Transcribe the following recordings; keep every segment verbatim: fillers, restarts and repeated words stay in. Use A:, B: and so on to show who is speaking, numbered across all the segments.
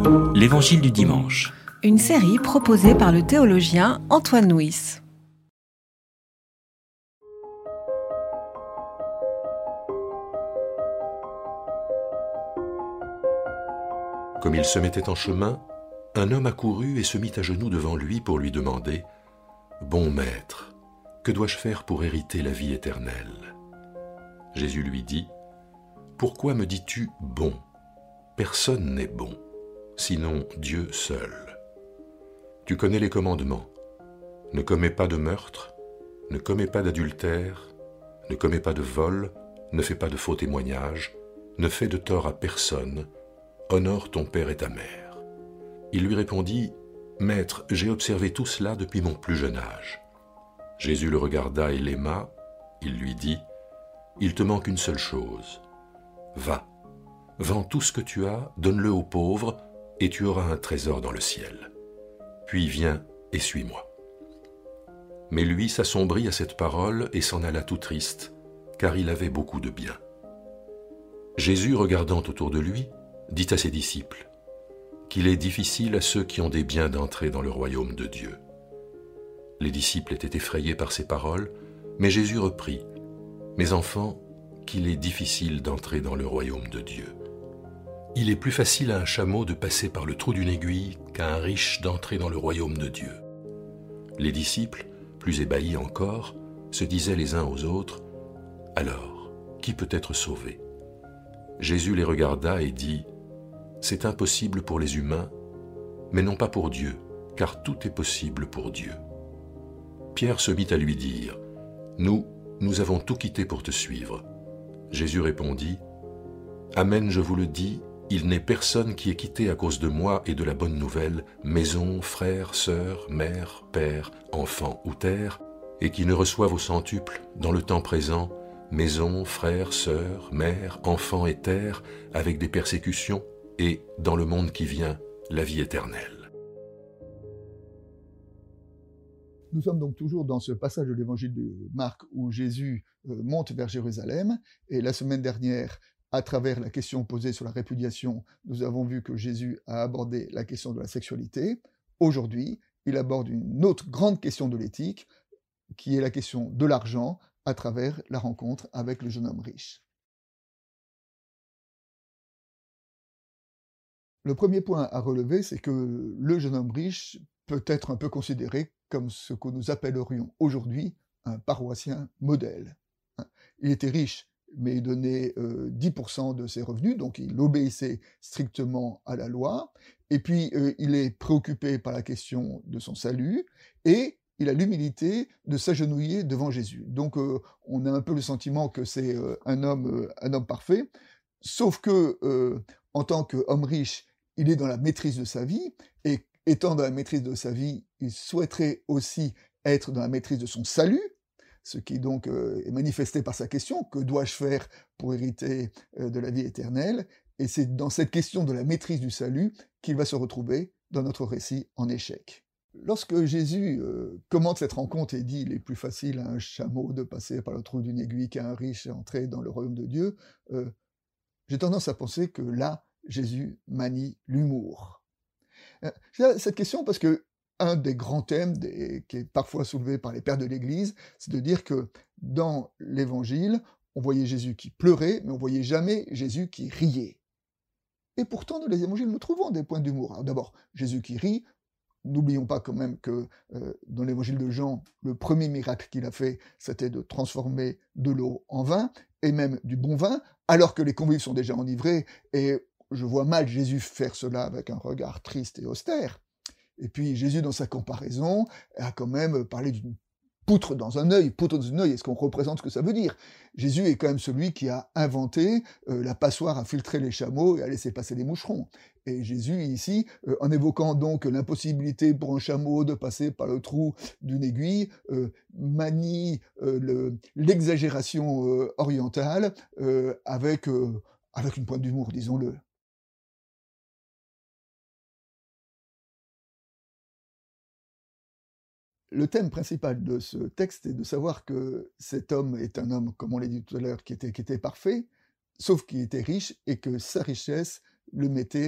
A: L'Évangile du dimanche.
B: Une série proposée par le théologien Antoine Nuis.
C: Comme il se mettait en chemin, un homme accourut et se mit à genoux devant lui pour lui demander « Bon maître, que dois-je faire pour hériter la vie éternelle ?» Jésus lui dit « Pourquoi me dis-tu « bon » ? Personne n'est bon, sinon Dieu seul. Tu connais les commandements. Ne commets pas de meurtre, ne commets pas d'adultère, ne commets pas de vol, ne fais pas de faux témoignages, ne fais de tort à personne, honore ton père et ta mère. » Il lui répondit « Maître, j'ai observé tout cela depuis mon plus jeune âge. » Jésus le regarda et l'aima. Il lui dit « Il te manque une seule chose. Va, vends tout ce que tu as, donne-le aux pauvres, et tu auras un trésor dans le ciel. Puis viens et suis-moi. » Mais lui s'assombrit à cette parole et s'en alla tout triste, car il avait beaucoup de biens. Jésus, regardant autour de lui, dit à ses disciples qu'il est difficile à ceux qui ont des biens d'entrer dans le royaume de Dieu. Les disciples étaient effrayés par ces paroles, mais Jésus reprit « Mes enfants, qu'il est difficile d'entrer dans le royaume de Dieu. Il est plus facile à un chameau de passer par le trou d'une aiguille qu'à un riche d'entrer dans le royaume de Dieu. » Les disciples, plus ébahis encore, se disaient les uns aux autres « Alors, qui peut être sauvé ?» Jésus les regarda et dit « C'est impossible pour les humains, mais non pas pour Dieu, car tout est possible pour Dieu. » Pierre se mit à lui dire « Nous, nous avons tout quitté pour te suivre. » Jésus répondit « Amen, je vous le dis, il n'est personne qui ait quitté à cause de moi et de la bonne nouvelle, maison, frères, sœurs, mère, père, enfants ou terre, et qui ne reçoive au centuple, dans le temps présent, maison, frères, sœurs, mère, enfants et terre, avec des persécutions, et, dans le monde qui vient, la vie éternelle. »
D: Nous sommes donc toujours dans ce passage de l'évangile de Marc où Jésus monte vers Jérusalem, et la semaine dernière, à travers la question posée sur la répudiation, nous avons vu que Jésus a abordé la question de la sexualité. Aujourd'hui, il aborde une autre grande question de l'éthique, qui est la question de l'argent, à travers la rencontre avec le jeune homme riche. Le premier point à relever, c'est que le jeune homme riche peut être un peu considéré comme ce que nous appellerions aujourd'hui un paroissien modèle. Il était riche, mais il donnait euh, dix pour cent de ses revenus, donc il obéissait strictement à la loi, et puis euh, il est préoccupé par la question de son salut, et il a l'humilité de s'agenouiller devant Jésus. Donc euh, on a un peu le sentiment que c'est euh, un homme, euh, un homme parfait, sauf que euh, en tant qu'homme riche, il est dans la maîtrise de sa vie, et étant dans la maîtrise de sa vie, il souhaiterait aussi être dans la maîtrise de son salut, ce qui donc euh, est manifesté par sa question, que dois-je faire pour hériter euh, de la vie éternelle? Et c'est dans cette question de la maîtrise du salut qu'il va se retrouver dans notre récit en échec. Lorsque Jésus euh, commente cette rencontre et dit « il est plus facile à un chameau de passer par le trou d'une aiguille qu'à un riche d'entrer dans le royaume de Dieu euh, », j'ai tendance à penser que là, Jésus manie l'humour. Euh, j'ai cette question parce que un des grands thèmes des, qui est parfois soulevé par les pères de l'Église, c'est de dire que dans l'Évangile, on voyait Jésus qui pleurait, mais on voyait jamais Jésus qui riait. Et pourtant, dans les Évangiles, nous trouvons des points d'humour. Alors d'abord, Jésus qui rit. N'oublions pas quand même que euh, dans l'Évangile de Jean, le premier miracle qu'il a fait, c'était de transformer de l'eau en vin, et même du bon vin, alors que les convives sont déjà enivrés, et je vois mal Jésus faire cela avec un regard triste et austère. Et puis Jésus, dans sa comparaison, a quand même parlé d'une poutre dans un œil. Poutre dans un œil, est-ce qu'on représente ce que ça veut dire? Jésus est quand même celui qui a inventé euh, la passoire à filtrer les chameaux et à laisser passer les moucherons. Et Jésus, ici, euh, en évoquant donc l'impossibilité pour un chameau de passer par le trou d'une aiguille, euh, manie euh, le, l'exagération euh, orientale euh, avec, euh, avec une pointe d'humour, disons-le. Le thème principal de ce texte est de savoir que cet homme est un homme, comme on l'a dit tout à l'heure, qui était, qui était parfait, sauf qu'il était riche et que sa richesse le mettait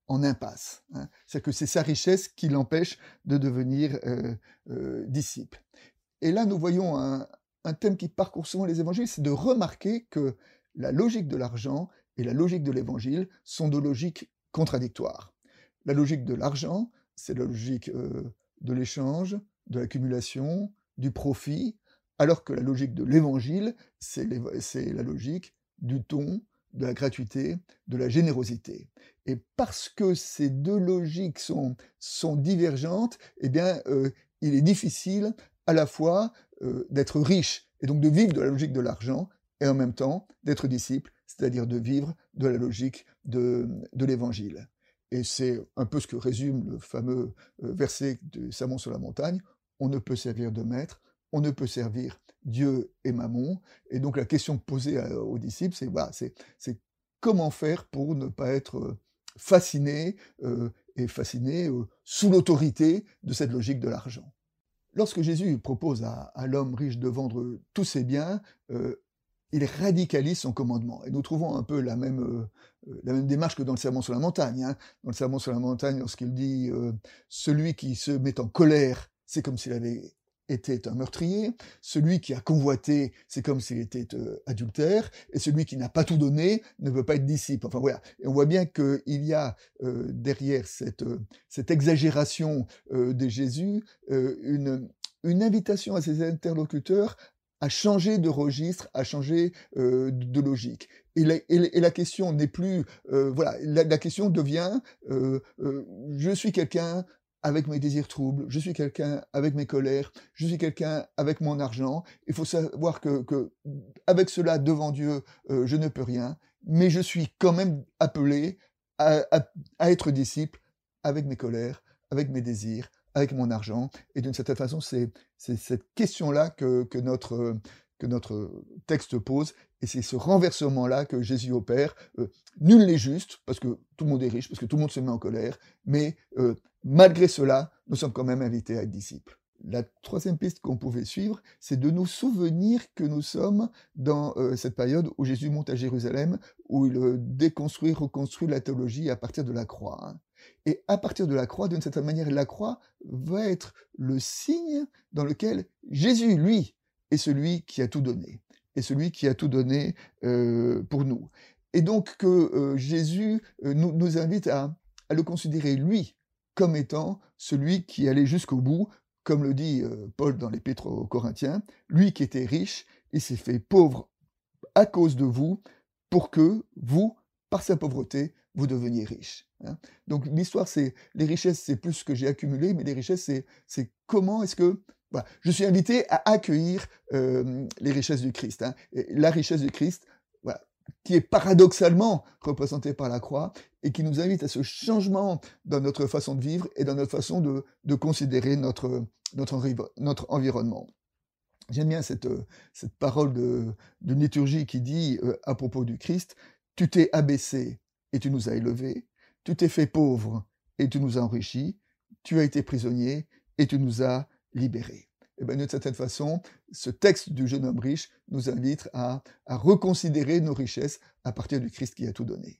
D: en impasse. Hein. C'est que c'est sa richesse qui l'empêche de devenir euh, euh, disciple. Et là, nous voyons un, un thème qui parcourt souvent les évangiles, c'est de remarquer que la logique de l'argent et la logique de l'évangile sont deux logiques contradictoires. La logique de l'argent, c'est la logique euh, de l'échange, de l'accumulation, du profit, alors que la logique de l'évangile, c'est la logique du don, de la gratuité, de la générosité. Et parce que ces deux logiques sont, sont divergentes, eh bien, euh, il est difficile à la fois euh, d'être riche, et donc de vivre de la logique de l'argent, et en même temps d'être disciple, c'est-à-dire de vivre de la logique de, de l'évangile. Et c'est un peu ce que résume le fameux verset du Sermon sur la montagne, on ne peut servir de maître, on ne peut servir Dieu et Mammon. Et donc la question posée aux disciples, c'est voilà, c'est, c'est comment faire pour ne pas être fasciné euh, et fasciné euh, sous l'autorité de cette logique de l'argent. Lorsque Jésus propose à, à l'homme riche de vendre tous ses biens, euh, il radicalise son commandement. Et nous trouvons un peu la même, euh, la même démarche que dans le Sermon sur la montagne. Hein. Dans le Sermon sur la montagne, lorsqu'il dit euh, « Celui qui se met en colère, c'est comme s'il avait été un meurtrier. Celui qui a convoité, c'est comme s'il était euh, adultère. Et celui qui n'a pas tout donné ne peut pas être disciple. » Enfin voilà. Et on voit bien qu'il y a euh, derrière cette, euh, cette exagération euh, de Jésus euh, une, une invitation à ses interlocuteurs à changer de registre, à changer euh, de logique. Et la, et, et la question n'est plus... Euh, voilà, la, la question devient euh, euh, je suis quelqu'un avec mes désirs troubles, je suis quelqu'un avec mes colères, je suis quelqu'un avec mon argent. Il faut savoir que, que avec cela, devant Dieu, euh, je ne peux rien, mais je suis quand même appelé à, à, à être disciple avec mes colères, avec mes désirs, avec mon argent. Et d'une certaine façon, c'est, c'est cette question-là que, que, notre, que notre texte pose, et c'est ce renversement-là que Jésus opère. Euh, nul n'est juste, parce que tout le monde est riche, parce que tout le monde se met en colère, mais euh, malgré cela, nous sommes quand même invités à être disciples. La troisième piste qu'on pouvait suivre, c'est de nous souvenir que nous sommes dans euh, cette période où Jésus monte à Jérusalem, où il euh, déconstruit, reconstruit la théologie à partir de la croix. Hein. Et à partir de la croix, d'une certaine manière, la croix va être le signe dans lequel Jésus, lui, est celui qui a tout donné, est celui qui a tout donné euh, pour nous. Et donc que euh, Jésus euh, nous, nous invite à, à le considérer, lui, comme étant celui qui allait jusqu'au bout, comme le dit euh, Paul dans l'Épître aux Corinthiens, lui qui était riche, il s'est fait pauvre à cause de vous, pour que vous, par sa pauvreté, vous deveniez riches. Hein. Donc l'histoire, c'est les richesses, c'est plus ce que j'ai accumulé, mais les richesses, c'est, c'est comment est-ce que... Voilà, je suis invité à accueillir euh, les richesses du Christ. Hein. Et la richesse du Christ, voilà, qui est paradoxalement représentée par la croix, et qui nous invite à ce changement dans notre façon de vivre et dans notre façon de, de considérer notre, notre, notre environnement. J'aime bien cette, cette parole de, de liturgie qui dit euh, à propos du Christ, « Tu t'es abaissé et tu nous as élevés, tu t'es fait pauvre et tu nous as enrichis, tu as été prisonnier et tu nous as libérés. » Et bien, d'une certaine façon, ce texte du jeune homme riche nous invite à, à reconsidérer nos richesses à partir du Christ qui a tout donné.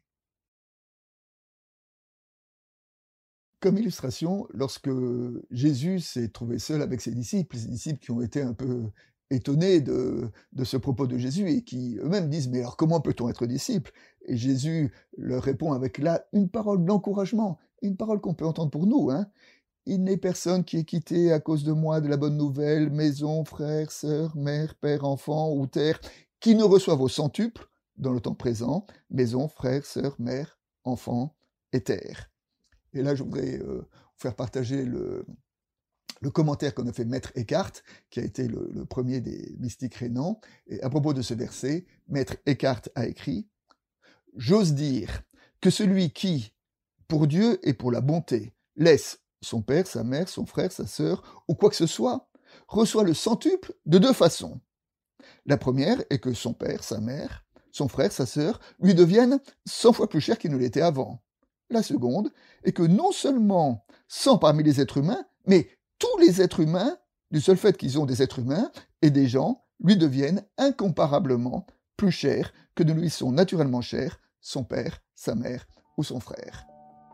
D: Comme illustration, lorsque Jésus s'est trouvé seul avec ses disciples, ses disciples qui ont été un peu étonnés de, de ce propos de Jésus et qui eux-mêmes disent « Mais alors comment peut-on être disciple ?» Et Jésus leur répond avec là une parole d'encouragement, une parole qu'on peut entendre pour nous. Hein. « Il n'est personne qui ait quitté à cause de moi de la bonne nouvelle, maison, frères, sœurs, mère, père, enfant ou terre, qui ne reçoive au centuple, dans le temps présent, maison, frères, sœurs, mère, enfant et terre. » Et là, je voudrais euh, vous faire partager le, le commentaire qu'on a fait Maître Eckhart, qui a été le, le premier des mystiques rénants. Et à propos de ce verset, Maître Eckhart a écrit « J'ose dire que celui qui, pour Dieu et pour la bonté, laisse son père, sa mère, son frère, sa sœur, ou quoi que ce soit, reçoit le centuple de deux façons. La première est que son père, sa mère, son frère, sa sœur, lui deviennent cent fois plus chers qu'ils ne l'étaient avant. La seconde est que non seulement cent parmi les êtres humains, mais tous les êtres humains, du seul fait qu'ils ont des êtres humains et des gens, lui deviennent incomparablement plus chers que ne lui sont naturellement chers son père, sa mère ou son frère. »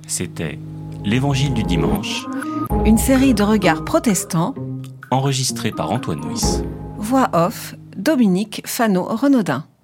A: C'était l'Évangile du dimanche,
B: Une série de regards protestants,
A: enregistré par Antoine Nuis.
B: voix off, Dominique Fano-Renaudin.